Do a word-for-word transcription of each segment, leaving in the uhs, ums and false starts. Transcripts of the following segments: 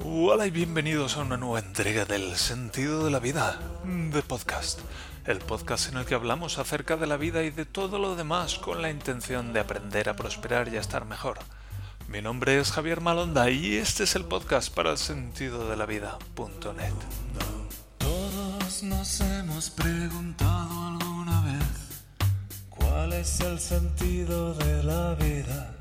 Hola y bienvenidos a una nueva entrega del Sentido de la Vida, de Podcast. El podcast en el que hablamos acerca de la vida y de todo lo demás con la intención de aprender a prosperar y a estar mejor. Mi nombre es Javier Malonda y este es el podcast para el sentido de la vida punto net. Todos nos hemos preguntado alguna vez cuál es el sentido de la vida.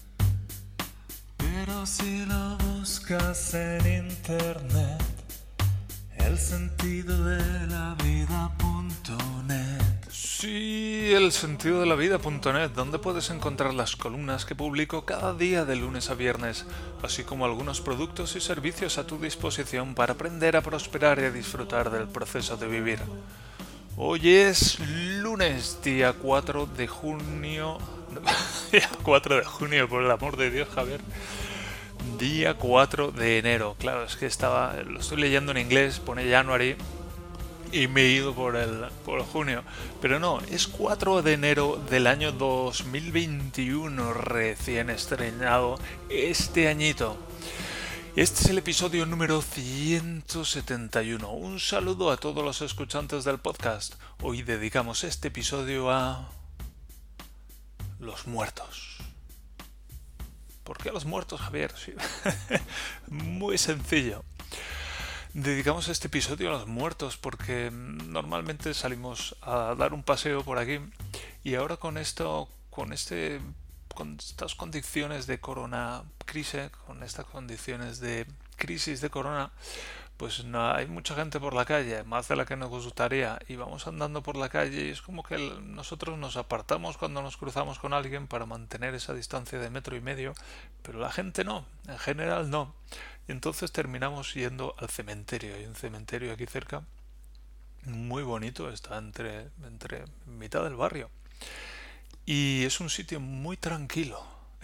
Pero si lo buscas en internet, el sentido de la vida punto net. Sí, el sentido de la vida punto net, donde puedes encontrar las columnas que publico cada día de lunes a viernes, así como algunos productos y servicios a tu disposición para aprender a prosperar y a disfrutar del proceso de vivir. Hoy es lunes, día cuatro de junio... día cuatro de junio, por el amor de Dios, Javier. Día cuatro de enero. Claro, es que estaba... Lo estoy leyendo en inglés, pone January y me he ido por el, por el junio. Pero no, es cuatro de enero del año dos mil veintiuno, recién estrenado este añito. Este es el episodio número ciento setenta y uno. Un saludo a todos los escuchantes del podcast. Hoy dedicamos este episodio a... los muertos. ¿Por qué a los muertos, Javier? Sí. Muy sencillo. Dedicamos este episodio a los muertos porque normalmente salimos a dar un paseo por aquí y ahora con esto, con este, con estas condiciones de corona crisis, con estas condiciones de crisis de corona, pues no, hay mucha gente por la calle, más de la que nos gustaría, y vamos andando por la calle y es como que el, nosotros nos apartamos cuando nos cruzamos con alguien para mantener esa distancia de metro y medio, pero la gente no, en general no. Y entonces terminamos yendo al cementerio. Hay un cementerio aquí cerca, muy bonito, está entre, entre mitad del barrio. Y es un sitio muy tranquilo,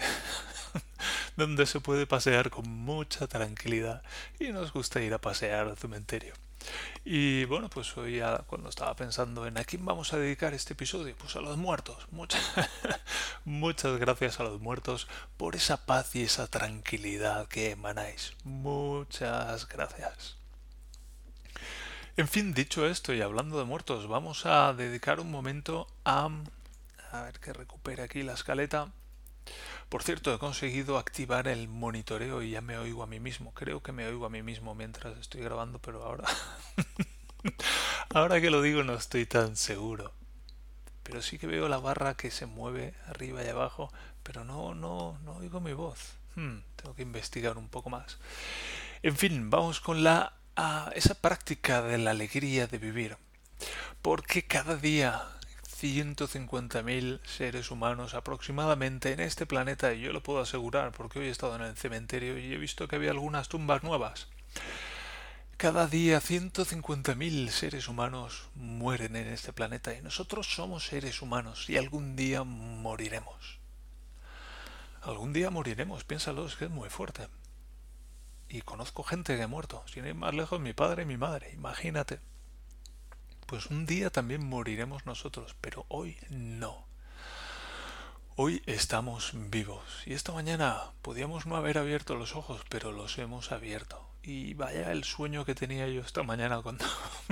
donde se puede pasear con mucha tranquilidad. Y nos gusta ir a pasear al cementerio. Y bueno, pues hoy ya cuando estaba pensando en a quién vamos a dedicar este episodio, pues a los muertos. Muchas, muchas gracias a los muertos por esa paz y esa tranquilidad que emanáis. Muchas gracias. En fin, dicho esto y hablando de muertos, vamos a dedicar un momento a... A ver que recupere aquí la escaleta. Por cierto, he conseguido activar el monitoreo y ya me oigo a mí mismo. Creo que me oigo a mí mismo mientras estoy grabando, pero ahora... ahora que lo digo no estoy tan seguro. Pero sí que veo la barra que se mueve arriba y abajo, pero no, no, no oigo mi voz. Hmm, tengo que investigar un poco más. En fin, vamos con la a esa práctica de la alegría de vivir. Porque cada día ciento cincuenta mil seres humanos aproximadamente en este planeta, y yo lo puedo asegurar porque hoy he estado en el cementerio y he visto que había algunas tumbas nuevas. Cada día ciento cincuenta mil seres humanos mueren en este planeta y nosotros somos seres humanos y algún día moriremos. Algún día moriremos, piénsalo, es que es muy fuerte. Y conozco gente que ha muerto, sin ir más lejos, mi padre y mi madre, imagínate. Pues un día también moriremos nosotros, pero hoy no. Hoy estamos vivos y esta mañana podíamos no haber abierto los ojos, pero los hemos abierto. Y vaya el sueño que tenía yo esta mañana cuando...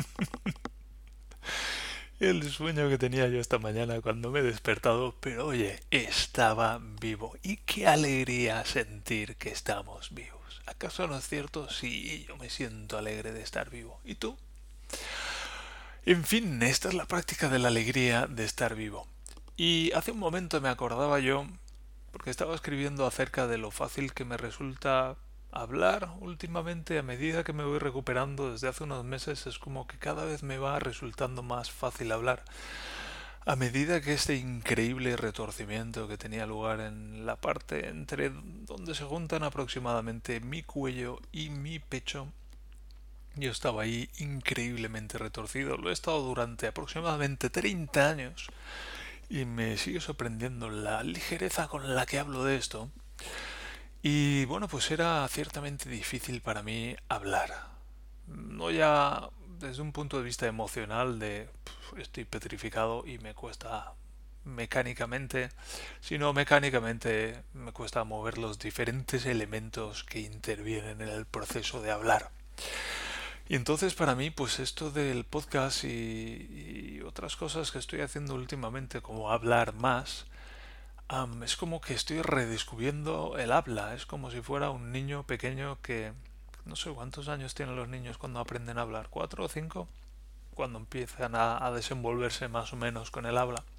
el sueño que tenía yo esta mañana cuando me he despertado, pero oye, estaba vivo. Y qué alegría sentir que estamos vivos. ¿Acaso no es cierto? Sí, yo me siento alegre de estar vivo. ¿Y tú? En fin, esta es la práctica de la alegría de estar vivo. Y hace un momento me acordaba yo, porque estaba escribiendo acerca de lo fácil que me resulta hablar últimamente a medida que me voy recuperando desde hace unos meses. Es como que cada vez me va resultando más fácil hablar. A medida que este increíble retorcimiento que tenía lugar en la parte entre donde se juntan aproximadamente mi cuello y mi pecho, yo estaba ahí increíblemente retorcido. Lo he estado durante aproximadamente treinta años y me sigue sorprendiendo la ligereza con la que hablo de esto. Y bueno, pues era ciertamente difícil para mí hablar. No ya desde un punto de vista emocional de pff, estoy petrificado y me cuesta mecánicamente, sino mecánicamente me cuesta mover los diferentes elementos que intervienen en el proceso de hablar. Y entonces para mí, pues esto del podcast y, y otras cosas que estoy haciendo últimamente, como hablar más, um, es como que estoy redescubriendo el habla. Es como si fuera un niño pequeño que no sé cuántos años tienen los niños cuando aprenden a hablar, cuatro o cinco, cuando empiezan a, a desenvolverse más o menos con el habla.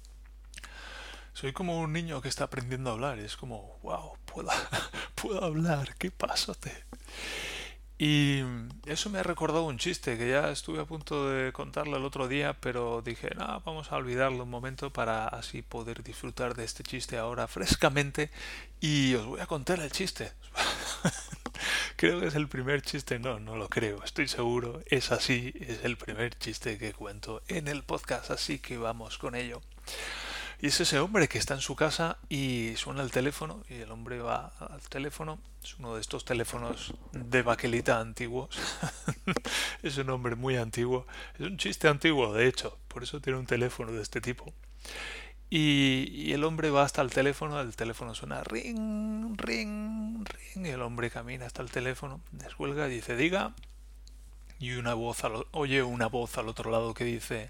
Soy como un niño que está aprendiendo a hablar. Es como, wow, puedo, puedo hablar, qué pasote. Y eso me ha recordado un chiste que ya estuve a punto de contarlo el otro día, pero dije, no, vamos a olvidarlo un momento para así poder disfrutar de este chiste ahora frescamente. Y os voy a contar el chiste. Creo que es el primer chiste, no, no lo creo, estoy seguro, es así, es el primer chiste que cuento en el podcast, así que vamos con ello. Y es ese hombre que está en su casa y suena el teléfono y el hombre va al teléfono. Es uno de estos teléfonos de baquelita antiguos. Es un hombre muy antiguo. Es un chiste antiguo, de hecho. Por eso tiene un teléfono de este tipo. Y, y el hombre va hasta el teléfono. El teléfono suena ring, ring, ring. Y el hombre camina hasta el teléfono, descuelga y dice, diga. Y una voz al, oye una voz al otro lado que dice...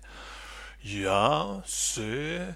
Ya sé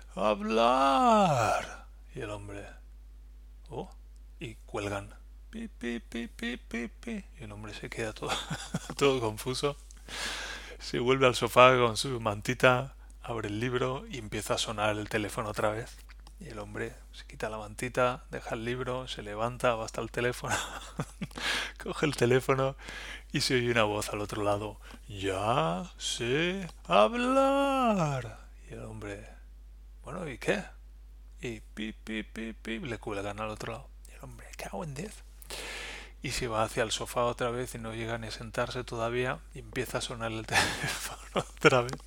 hablar. Y el hombre, oh, y cuelgan. Pi, pi, pi, pi, pi, pi. Y el hombre se queda todo, todo confuso. Se vuelve al sofá con su mantita, abre el libro y empieza a sonar el teléfono otra vez. Y el hombre se quita la mantita, deja el libro, se levanta, va hasta el teléfono, coge el teléfono y se oye una voz al otro lado. Ya sé hablar. Y el hombre, bueno, ¿y qué? Y pi, pi, pi, pi, le cuelgan al otro lado. Y el hombre, cago en diez. Y se va hacia el sofá otra vez y no llega ni a sentarse todavía y empieza a sonar el teléfono otra vez.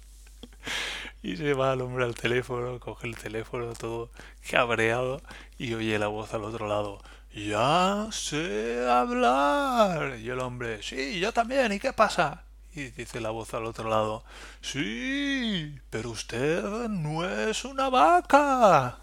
Y se va el hombre al teléfono, coge el teléfono todo cabreado y oye la voz al otro lado. Ya sé hablar. Y el hombre, sí, yo también, ¿y qué pasa? Y dice la voz al otro lado, sí, pero usted no es una vaca.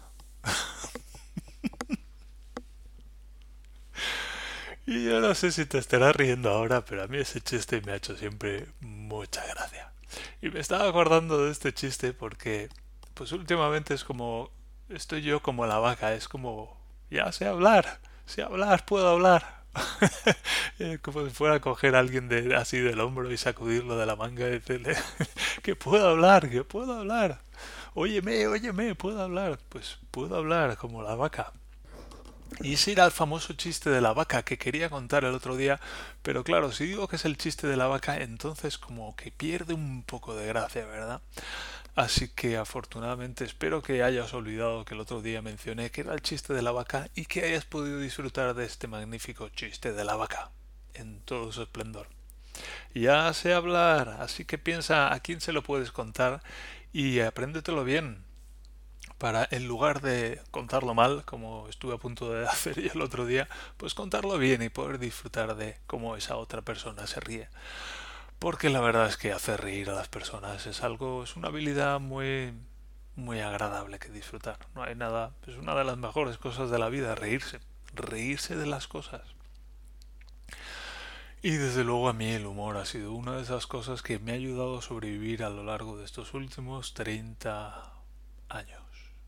Y yo no sé si te estarás riendo ahora, pero a mí ese chiste me ha hecho siempre mucha gracia. Y me estaba acordando de este chiste porque, pues últimamente es como, estoy yo como la vaca, es como, ya sé hablar, sé hablar, puedo hablar. Como si fuera a coger a alguien de, así del hombro y sacudirlo de la manga y decirle, que puedo hablar, que puedo hablar. Óyeme, óyeme, puedo hablar. Pues puedo hablar como la vaca. Y ese era el famoso chiste de la vaca que quería contar el otro día, pero claro, si digo que es el chiste de la vaca, entonces como que pierde un poco de gracia, ¿verdad? Así que afortunadamente espero que hayas olvidado que el otro día mencioné que era el chiste de la vaca y que hayas podido disfrutar de este magnífico chiste de la vaca en todo su esplendor. Ya sé hablar, así que piensa a quién se lo puedes contar y apréndetelo bien, para en lugar de contarlo mal, como estuve a punto de hacer yo el otro día, pues contarlo bien y poder disfrutar de cómo esa otra persona se ríe. Porque la verdad es que hacer reír a las personas es algo, es una habilidad muy, muy agradable que disfrutar. No hay nada, es una de las mejores cosas de la vida, reírse, reírse de las cosas. Y desde luego a mí el humor ha sido una de esas cosas que me ha ayudado a sobrevivir a lo largo de estos últimos treinta años.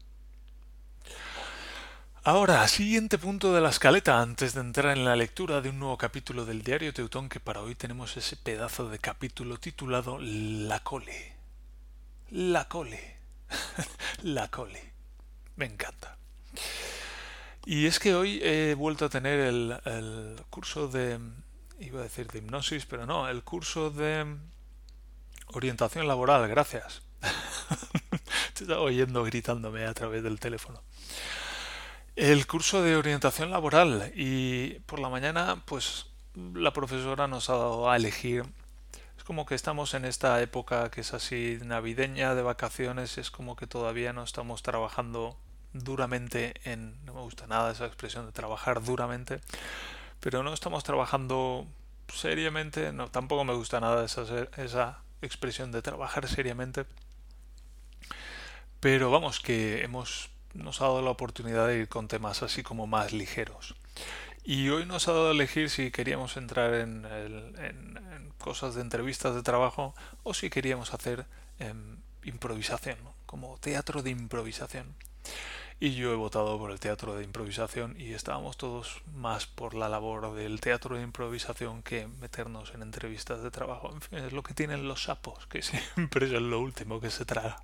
Ahora, siguiente punto de la escaleta antes de entrar en la lectura de un nuevo capítulo del Diario Teutón, que para hoy tenemos ese pedazo de capítulo titulado La Cole. La Cole. La Cole. Me encanta. Y es que hoy he vuelto a tener el, el curso de... iba a decir de hipnosis, pero no, el curso de orientación laboral, gracias. Te estaba oyendo gritándome a través del teléfono. El curso de orientación laboral y por la mañana pues la profesora nos ha dado a elegir. Es como que estamos en esta época que es así navideña, de vacaciones, es como que todavía no estamos trabajando duramente en... no me gusta nada esa expresión de trabajar duramente, pero no estamos trabajando seriamente, no, tampoco me gusta nada esa, esa expresión de trabajar seriamente. Pero vamos, que hemos, nos ha dado la oportunidad de ir con temas así como más ligeros. Y hoy nos ha dado a elegir si queríamos entrar en, el- en- en cosas de entrevistas de trabajo o si queríamos hacer em, improvisación, ¿no? Como teatro de improvisación. Y yo he votado por el teatro de improvisación y estábamos todos más por la labor del teatro de improvisación que meternos en entrevistas de trabajo. En fin, es lo que tienen los sapos, que siempre es lo último que se traga.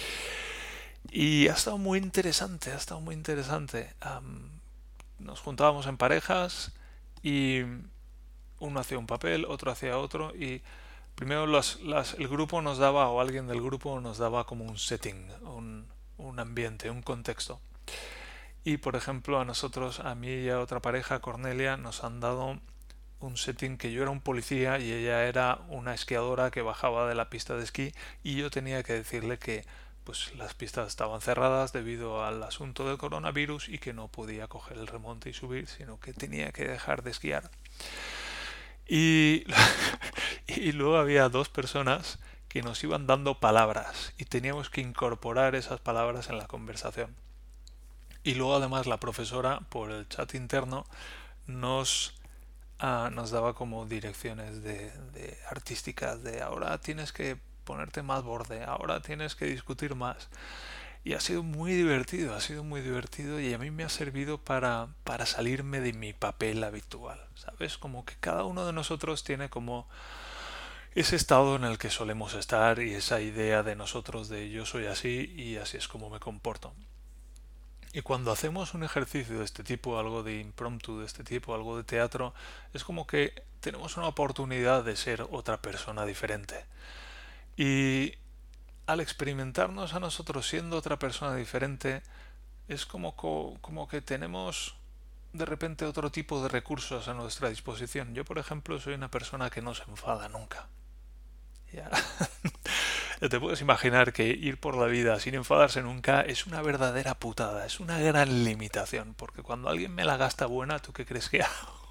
Y ha estado muy interesante, ha estado muy interesante. Am, nos juntábamos en parejas y uno hacía un papel, otro hacía otro y primero las- las- el grupo nos daba, o alguien del grupo nos daba como un setting, un, un ambiente, un contexto. Y por ejemplo a nosotros, a mí y a otra pareja, Cornelia, nos han dado un setting que yo era un policía y ella era una esquiadora que bajaba de la pista de esquí y yo tenía que decirle que pues las pistas estaban cerradas debido al asunto del coronavirus y que no podía coger el remonte y subir, sino que tenía que dejar de esquiar. Y, y luego había dos personas que nos iban dando palabras y teníamos que incorporar esas palabras en la conversación. Y luego además la profesora por el chat interno nos, ah, nos daba como direcciones de, de artísticas de ahora tienes que ponerte más borde, ahora tienes que discutir más. Y ha sido muy divertido, ha sido muy divertido y a mí me ha servido para, para salirme de mi papel habitual, ¿sabes? Como que cada uno de nosotros tiene como ese estado en el que solemos estar y esa idea de nosotros de yo soy así y así es como me comporto. Y cuando hacemos un ejercicio de este tipo, algo de impromptu de este tipo, algo de teatro, es como que tenemos una oportunidad de ser otra persona diferente. Y al experimentarnos a nosotros siendo otra persona diferente, es como, co- como que tenemos de repente otro tipo de recursos a nuestra disposición. Yo, por ejemplo, soy una persona que no se enfada nunca. Ya. Ya te puedes imaginar que ir por la vida sin enfadarse nunca es una verdadera putada, es una gran limitación, porque cuando alguien me la gasta buena, ¿tú qué crees que hago?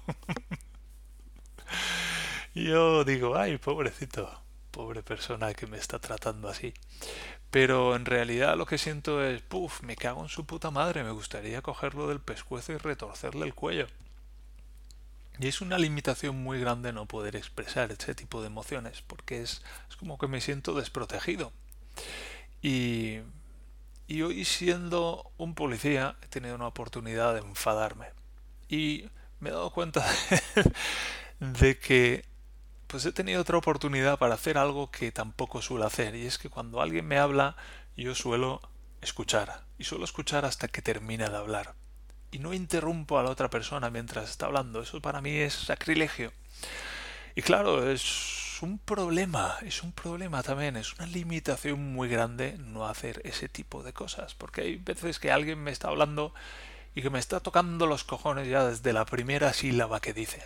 Yo digo, ay, pobrecito, pobre persona que me está tratando así. Pero en realidad lo que siento es, puf, me cago en su puta madre, me gustaría cogerlo del pescuezo y retorcerle el cuello. Y es una limitación muy grande no poder expresar ese tipo de emociones, porque es, es como que me siento desprotegido. Y, y hoy siendo un policía he tenido una oportunidad de enfadarme. Y me he dado cuenta de que pues he tenido otra oportunidad para hacer algo que tampoco suelo hacer. Y es que cuando alguien me habla, yo suelo escuchar. Y suelo escuchar hasta que termina de hablar. Y no interrumpo a la otra persona mientras está hablando. Eso para mí es sacrilegio. Y claro, es un problema, es un problema también, es una limitación muy grande no hacer ese tipo de cosas. Porque hay veces que alguien me está hablando y que me está tocando los cojones ya desde la primera sílaba que dice.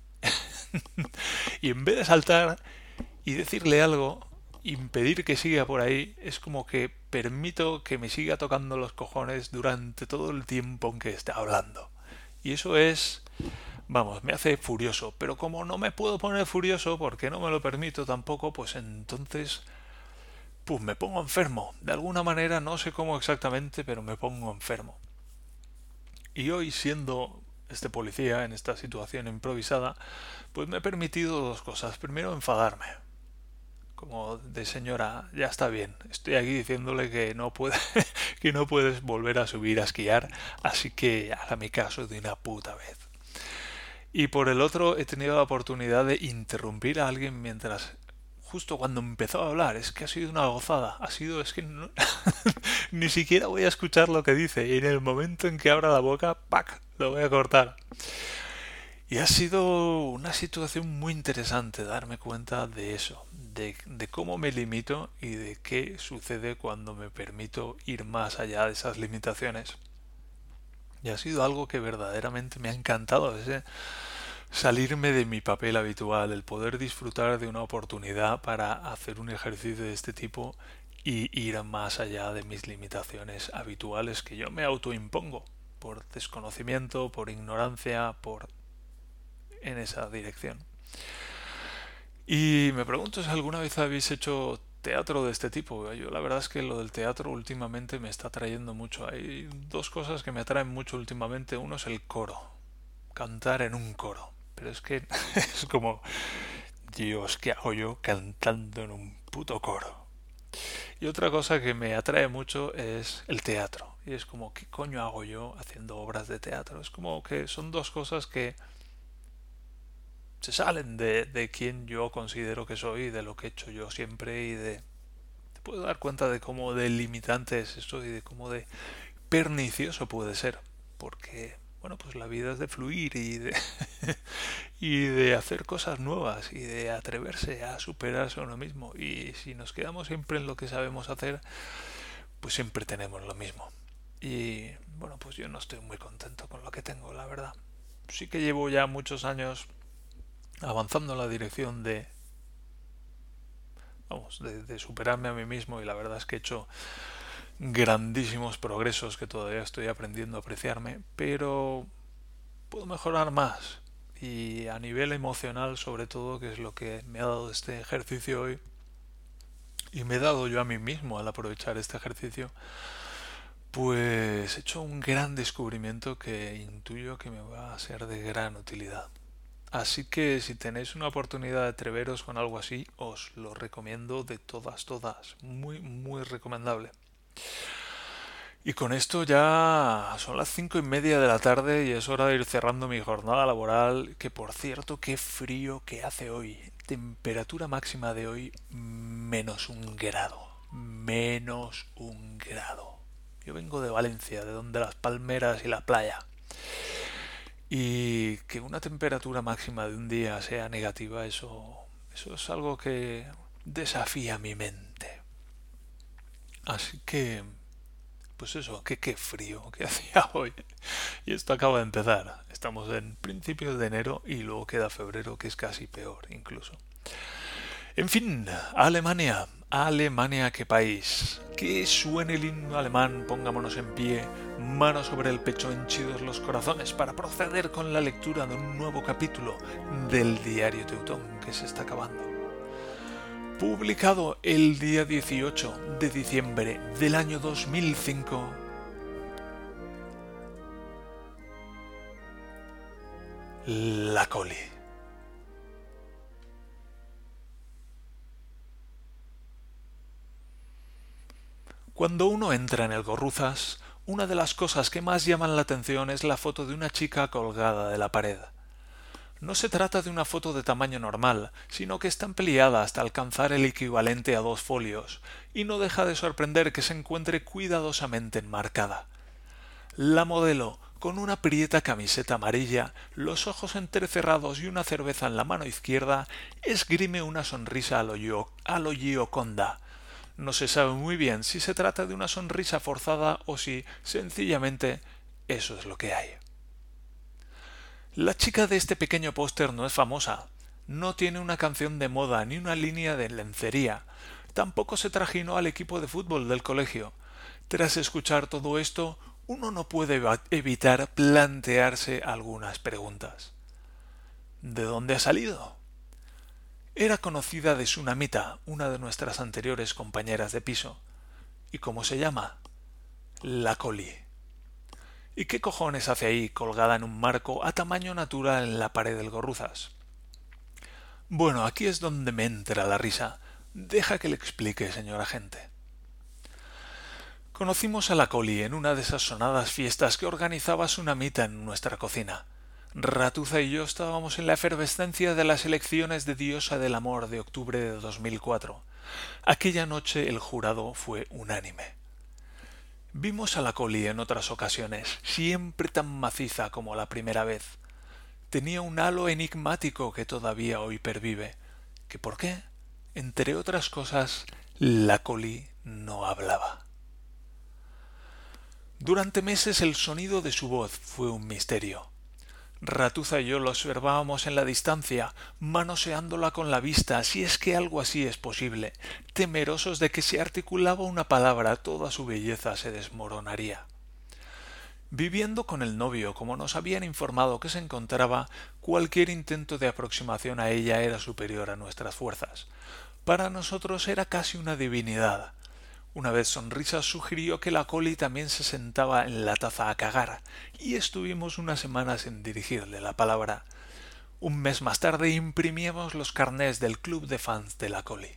Y en vez de saltar y decirle algo, impedir que siga por ahí, es como que permito que me siga tocando los cojones durante todo el tiempo en que está hablando. Y eso es, vamos, me hace furioso. Pero como no me puedo poner furioso porque no me lo permito tampoco, pues entonces, pues me pongo enfermo. De alguna manera, no sé cómo exactamente, pero me pongo enfermo. Y hoy, siendo este policía en esta situación improvisada, pues me he permitido dos cosas. Primero, enfadarme. Como de señora, ya está bien. Estoy aquí diciéndole que no puede, que no puedes volver a subir a esquiar, así que hágame caso de una puta vez. Y por el otro, he tenido la oportunidad de interrumpir a alguien mientras justo cuando empezó a hablar. Es que ha sido una gozada. Ha sido, es que no, ni siquiera voy a escuchar lo que dice. Y en el momento en que abra la boca, ¡pac! Lo voy a cortar. Y ha sido una situación muy interesante darme cuenta de eso, de, de cómo me limito y de qué sucede cuando me permito ir más allá de esas limitaciones. Y ha sido algo que verdaderamente me ha encantado, ese salirme de mi papel habitual, el poder disfrutar de una oportunidad para hacer un ejercicio de este tipo y ir más allá de mis limitaciones habituales que yo me autoimpongo por desconocimiento, por ignorancia, por en esa dirección. Y me pregunto si alguna vez habéis hecho teatro de este tipo. Yo la verdad es que lo del teatro últimamente me está atrayendo mucho. Hay dos cosas que me atraen mucho últimamente. Uno es el coro, cantar en un coro. Pero es que es como, Dios, ¿qué hago yo cantando en un puto coro? Y otra cosa que me atrae mucho es el teatro. Y es como, ¿qué coño hago yo haciendo obras de teatro? Es como que son dos cosas que se salen de, de quien yo considero que soy, de lo que he hecho yo siempre y de... Te puedo dar cuenta de cómo delimitante es esto y de cómo de pernicioso puede ser. Porque, bueno, pues la vida es de fluir y de, y de hacer cosas nuevas y de atreverse a superarse a uno mismo. Y si nos quedamos siempre en lo que sabemos hacer, pues siempre tenemos lo mismo. Y, bueno, pues yo no estoy muy contento con lo que tengo, la verdad. Sí que llevo ya muchos años avanzando en la dirección de, vamos, de, de superarme a mí mismo y la verdad es que he hecho grandísimos progresos que todavía estoy aprendiendo a apreciarme, pero puedo mejorar más y a nivel emocional sobre todo, que es lo que me ha dado este ejercicio hoy y me he dado yo a mí mismo al aprovechar este ejercicio, pues he hecho un gran descubrimiento que intuyo que me va a ser de gran utilidad. Así que si tenéis una oportunidad de atreveros con algo así, os lo recomiendo de todas, todas. Muy, muy recomendable. Y con esto ya son las cinco y media de la tarde y es hora de ir cerrando mi jornada laboral, que por cierto, qué frío que hace hoy. Temperatura máxima de hoy, menos un grado. Menos un grado. Yo vengo de Valencia, de donde las palmeras y la playa. Y que una temperatura máxima de un día sea negativa, eso, eso es algo que desafía mi mente. Así que, pues eso, que qué frío que hacía hoy. Y esto acaba de empezar. Estamos en principios de enero y luego queda febrero, que es casi peor incluso. En fin, Alemania. Alemania, qué país. Que suene el himno alemán, pongámonos en pie, manos sobre el pecho, henchidos los corazones, para proceder con la lectura de un nuevo capítulo del Diario Teutón que se está acabando. Publicado el día dieciocho de diciembre del año dos mil cinco, La Coli. Cuando uno entra en el Gorruzas, una de las cosas que más llaman la atención es la foto de una chica colgada de la pared. No se trata de una foto de tamaño normal, sino que está ampliada hasta alcanzar el equivalente a dos folios, y no deja de sorprender que se encuentre cuidadosamente enmarcada. La modelo, con una prieta camiseta amarilla, los ojos entrecerrados y una cerveza en la mano izquierda, esgrime una sonrisa a lo, yo, a lo Gioconda. No se sabe muy bien si se trata de una sonrisa forzada o si, sencillamente, eso es lo que hay. La chica de este pequeño póster no es famosa, no tiene una canción de moda ni una línea de lencería, tampoco se trajinó al equipo de fútbol del colegio. Tras escuchar todo esto, uno no puede evitar plantearse algunas preguntas. ¿De dónde ha salido? Era conocida de Tsunamita, una de nuestras anteriores compañeras de piso. ¿Y cómo se llama? La Coli. ¿Y qué cojones hace ahí, colgada en un marco a tamaño natural en la pared del Gorruzas? Bueno, aquí es donde me entra la risa. Deja que le explique, señor agente. Conocimos a la Coli en una de esas sonadas fiestas que organizaba Tsunamita en nuestra cocina. Ratuza y yo estábamos en la efervescencia de las elecciones de Diosa del Amor de octubre de dos mil cuatro. Aquella noche el jurado fue unánime. Vimos a la Coli en otras ocasiones, siempre tan maciza como la primera vez. Tenía un halo enigmático que todavía hoy pervive. ¿Que por qué? Entre otras cosas, la Coli no hablaba. Durante meses el sonido de su voz fue un misterio. Ratuza y yo lo observábamos en la distancia, manoseándola con la vista, si es que algo así es posible, temerosos de que si articulaba una palabra toda su belleza se desmoronaría. Viviendo con el novio, como nos habían informado que se encontraba, cualquier intento de aproximación a ella era superior a nuestras fuerzas. Para nosotros era casi una divinidad. Una vez Sonrisas sugirió que la Coli también se sentaba en la taza a cagar, y estuvimos una semana sin dirigirle la palabra. Un mes más tarde imprimíamos los carnés del club de fans de la Coli.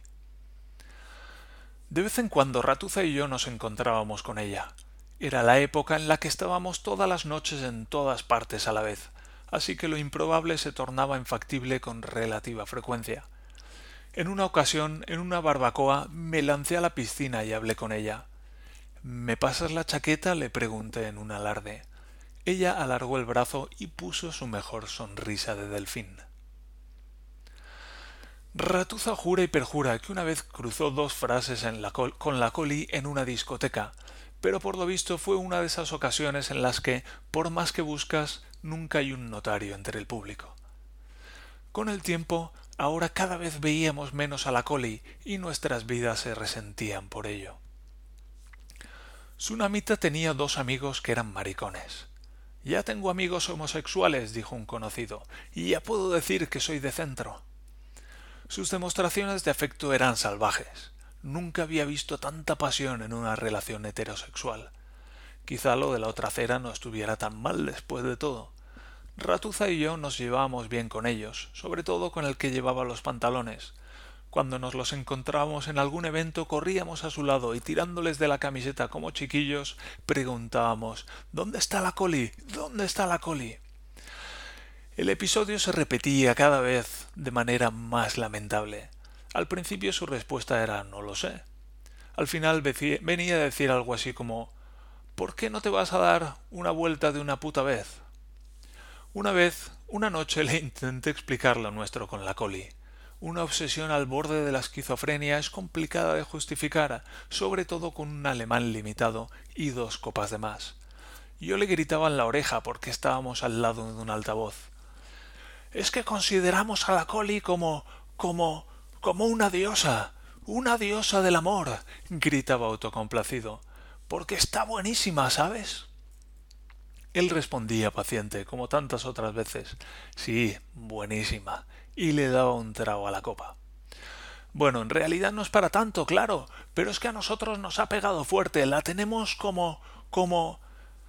De vez en cuando Ratuza y yo nos encontrábamos con ella. Era la época en la que estábamos todas las noches en todas partes a la vez, así que lo improbable se tornaba infactible con relativa frecuencia. En una ocasión, en una barbacoa, me lancé a la piscina y hablé con ella. ¿Me pasas la chaqueta?, le pregunté en un alarde. Ella alargó el brazo y puso su mejor sonrisa de delfín. Ratuza jura y perjura que una vez cruzó dos frases en la col- con la Coli en una discoteca, pero por lo visto fue una de esas ocasiones en las que, por más que buscas, nunca hay un notario entre el público. Con el tiempo, ahora cada vez veíamos menos a la Coli y nuestras vidas se resentían por ello. Tsunamita tenía dos amigos que eran maricones. «Ya tengo amigos homosexuales», dijo un conocido, «y ya puedo decir que soy de centro». Sus demostraciones de afecto eran salvajes. Nunca había visto tanta pasión en una relación heterosexual. Quizá lo de la otra acera no estuviera tan mal después de todo. Ratuza y yo nos llevábamos bien con ellos, sobre todo con el que llevaba los pantalones. Cuando nos los encontrábamos en algún evento corríamos a su lado y tirándoles de la camiseta como chiquillos preguntábamos «¿Dónde está la Coli? ¿Dónde está la Coli?». El episodio se repetía cada vez de manera más lamentable. Al principio su respuesta era «no lo sé». Al final venía a decir algo así como «¿por qué no te vas a dar una vuelta de una puta vez?». Una vez, una noche le intenté explicar lo nuestro con la Coli. Una obsesión al borde de la esquizofrenia es complicada de justificar, sobre todo con un alemán limitado y dos copas de más. Yo le gritaba en la oreja porque estábamos al lado de un altavoz. «Es que consideramos a la Coli como... como... como una diosa, una diosa del amor», gritaba autocomplacido, «porque está buenísima, ¿sabes?». Él respondía paciente, como tantas otras veces, «sí, buenísima», y le daba un trago a la copa. «Bueno, en realidad no es para tanto, claro, pero es que a nosotros nos ha pegado fuerte, la tenemos como... como...».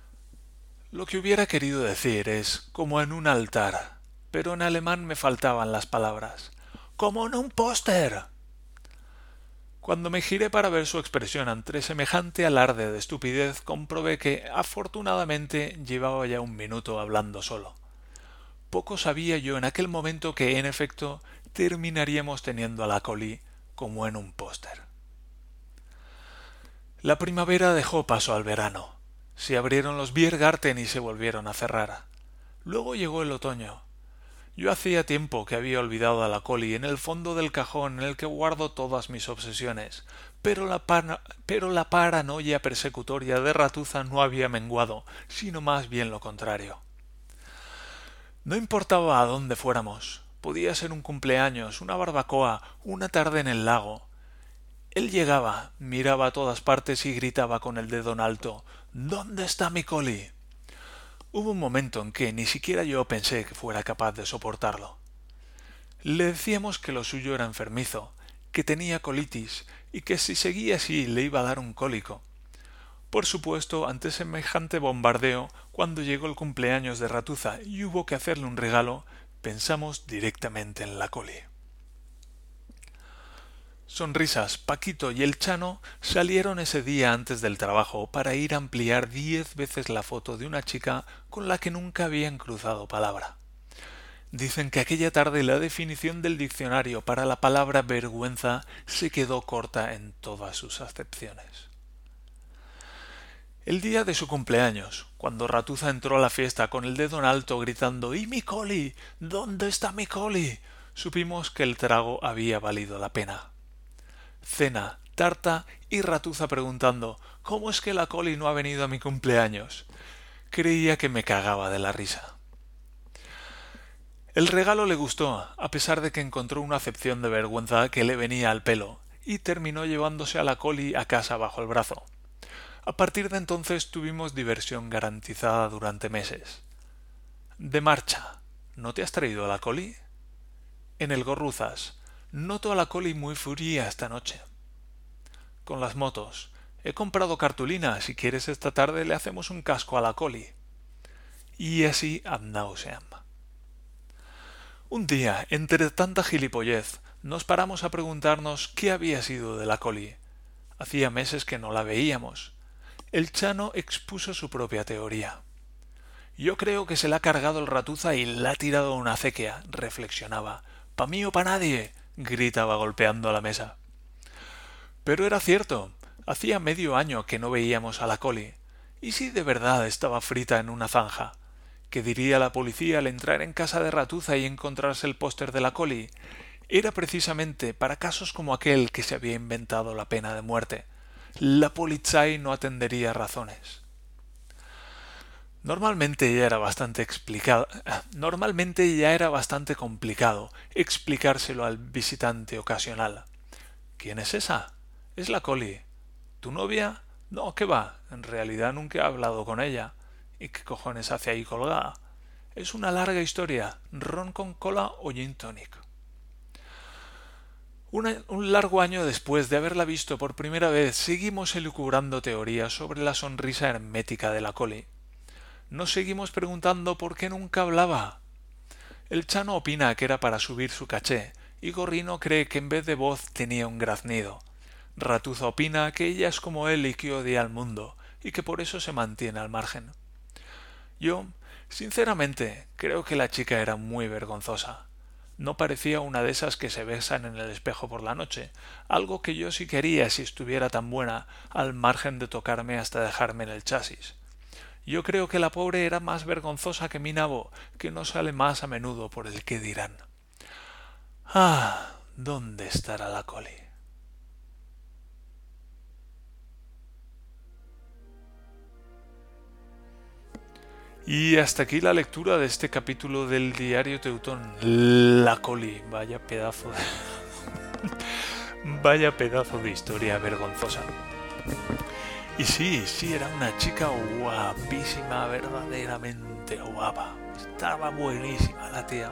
Lo que hubiera querido decir es «como en un altar», pero en alemán me faltaban las palabras. «¡Como en un póster!». Cuando me giré para ver su expresión ante semejante alarde de estupidez, comprobé que, afortunadamente, llevaba ya un minuto hablando solo. Poco sabía yo en aquel momento que, en efecto, terminaríamos teniendo a la Coli como en un póster. La primavera dejó paso al verano. Se abrieron los Biergarten y se volvieron a cerrar. Luego llegó el otoño. Yo hacía tiempo que había olvidado a la Coli en el fondo del cajón en el que guardo todas mis obsesiones, pero la, pana, pero la paranoia persecutoria de Ratuza no había menguado, sino más bien lo contrario. No importaba a dónde fuéramos, podía ser un cumpleaños, una barbacoa, una tarde en el lago. Él llegaba, miraba a todas partes y gritaba con el dedo en alto, «¿Dónde está mi Coli?». Hubo un momento en que ni siquiera yo pensé que fuera capaz de soportarlo. Le decíamos que lo suyo era enfermizo, que tenía colitis y que si seguía así le iba a dar un cólico. Por supuesto, ante semejante bombardeo, cuando llegó el cumpleaños de Ratuza y hubo que hacerle un regalo, pensamos directamente en la Coli. Sonrisas, Paquito y el Chano salieron ese día antes del trabajo para ir a ampliar diez veces la foto de una chica con la que nunca habían cruzado palabra. Dicen que aquella tarde la definición del diccionario para la palabra vergüenza se quedó corta en todas sus acepciones. El día de su cumpleaños, cuando Ratuza entró a la fiesta con el dedo en alto gritando «¿Y mi Coli? ¿Dónde está mi Coli?», supimos que el trago había valido la pena. Cena, tarta y Ratuza preguntando «¿Cómo es que la Coli no ha venido a mi cumpleaños?». Creía que me cagaba de la risa. El regalo le gustó, a pesar de que encontró una acepción de vergüenza que le venía al pelo, y terminó llevándose a la Coli a casa bajo el brazo. A partir de entonces tuvimos diversión garantizada durante meses. De marcha, ¿no te has traído a la Coli? En el Gorruzas, Noto a la Coli muy furia esta noche. Con las motos. He comprado cartulina. Si quieres esta tarde le hacemos un casco a la Coli. Y así ad nauseam. Un día, entre tanta gilipollez, nos paramos a preguntarnos qué había sido de la Coli. Hacía meses que no la veíamos. El Chano expuso su propia teoría. Yo creo que se la ha cargado el Ratuza y la ha tirado a una acequia, reflexionaba. —¡Pa mí o pa nadie! —gritaba golpeando la mesa. Pero era cierto. Hacía medio año que no veíamos a la Coli. ¿Y si de verdad estaba frita en una zanja? ¿Qué diría la policía al entrar en casa de Ratuza y encontrarse el póster de la Coli? Era precisamente para casos como aquel que se había inventado la pena de muerte. La Polizei no atendería razones. Normalmente ya era bastante explicado, normalmente ya era bastante complicado explicárselo al visitante ocasional. ¿Quién es esa? Es la Coli. ¿Tu novia? No, ¿qué va? En realidad nunca he hablado con ella. ¿Y qué cojones hace ahí colgada? Es una larga historia. Ron con cola o gin tonic. Una, un largo año después de haberla visto por primera vez, seguimos elucubrando teorías sobre la sonrisa hermética de la Coli. Nos seguimos preguntando por qué nunca hablaba. El Chano opina que era para subir su caché, y Gorrino cree que en vez de voz tenía un graznido. Ratuza opina que ella es como él y que odia al mundo, y que por eso se mantiene al margen. Yo, sinceramente, creo que la chica era muy vergonzosa. No parecía una de esas que se besan en el espejo por la noche, algo que yo sí quería si estuviera tan buena, al margen de tocarme hasta dejarme en el chasis. Yo creo que la pobre era más vergonzosa que mi nabo, que no sale más a menudo por el qué dirán. Ah, ¿dónde estará la Coli? Y hasta aquí la lectura de este capítulo del Diario Teutón. La Coli, vaya pedazo de... vaya pedazo de historia vergonzosa. Y sí, sí, era una chica guapísima, verdaderamente guapa. Estaba buenísima la tía.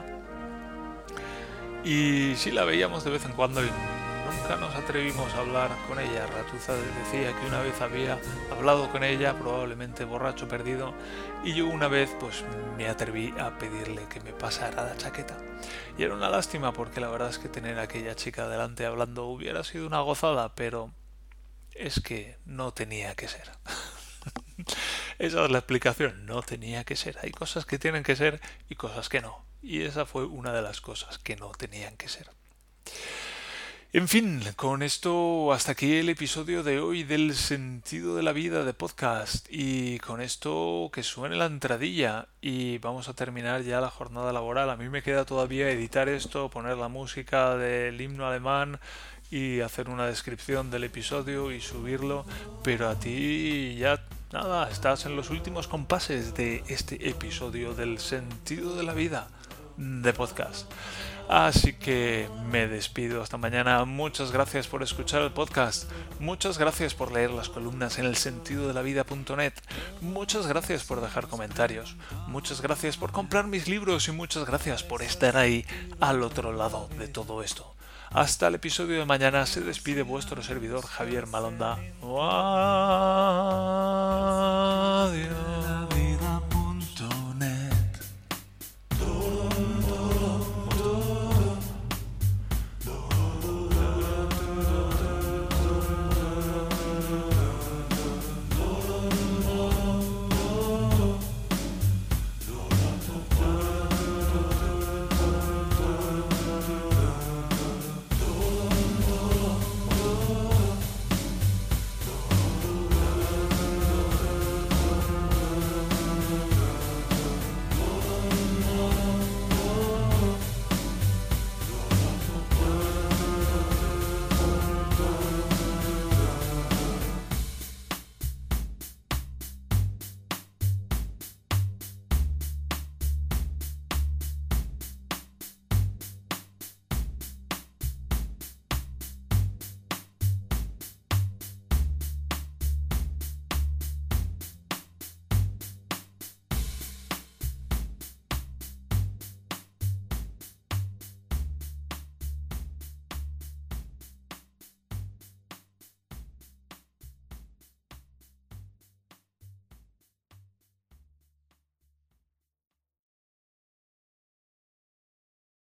Y sí la veíamos de vez en cuando y nunca nos atrevimos a hablar con ella. Ratuza decía que una vez había hablado con ella, probablemente borracho perdido, y yo una vez pues me atreví a pedirle que me pasara la chaqueta. Y era una lástima porque la verdad es que tener a aquella chica delante hablando hubiera sido una gozada, pero es que no tenía que ser. Esa es la explicación, no tenía que ser. Hay cosas que tienen que ser y cosas que no. Y esa fue una de las cosas que no tenían que ser. En fin, con esto hasta aquí el episodio de hoy del Sentido de la Vida de podcast, y con esto que suene la entradilla y vamos a terminar ya la jornada laboral. A mí me queda todavía editar esto, poner la música del himno alemán y hacer una descripción del episodio y subirlo, pero a ti ya nada, estás en los últimos compases de este episodio del Sentido de la Vida de podcast. Así que me despido hasta mañana. Muchas gracias por escuchar el podcast. Muchas gracias por leer las columnas en el sentido de la vida punto net. Muchas gracias por dejar comentarios. Muchas gracias por comprar mis libros y muchas gracias por estar ahí al otro lado de todo esto. Hasta el episodio de mañana se despide vuestro servidor Javier Malonda. Adiós.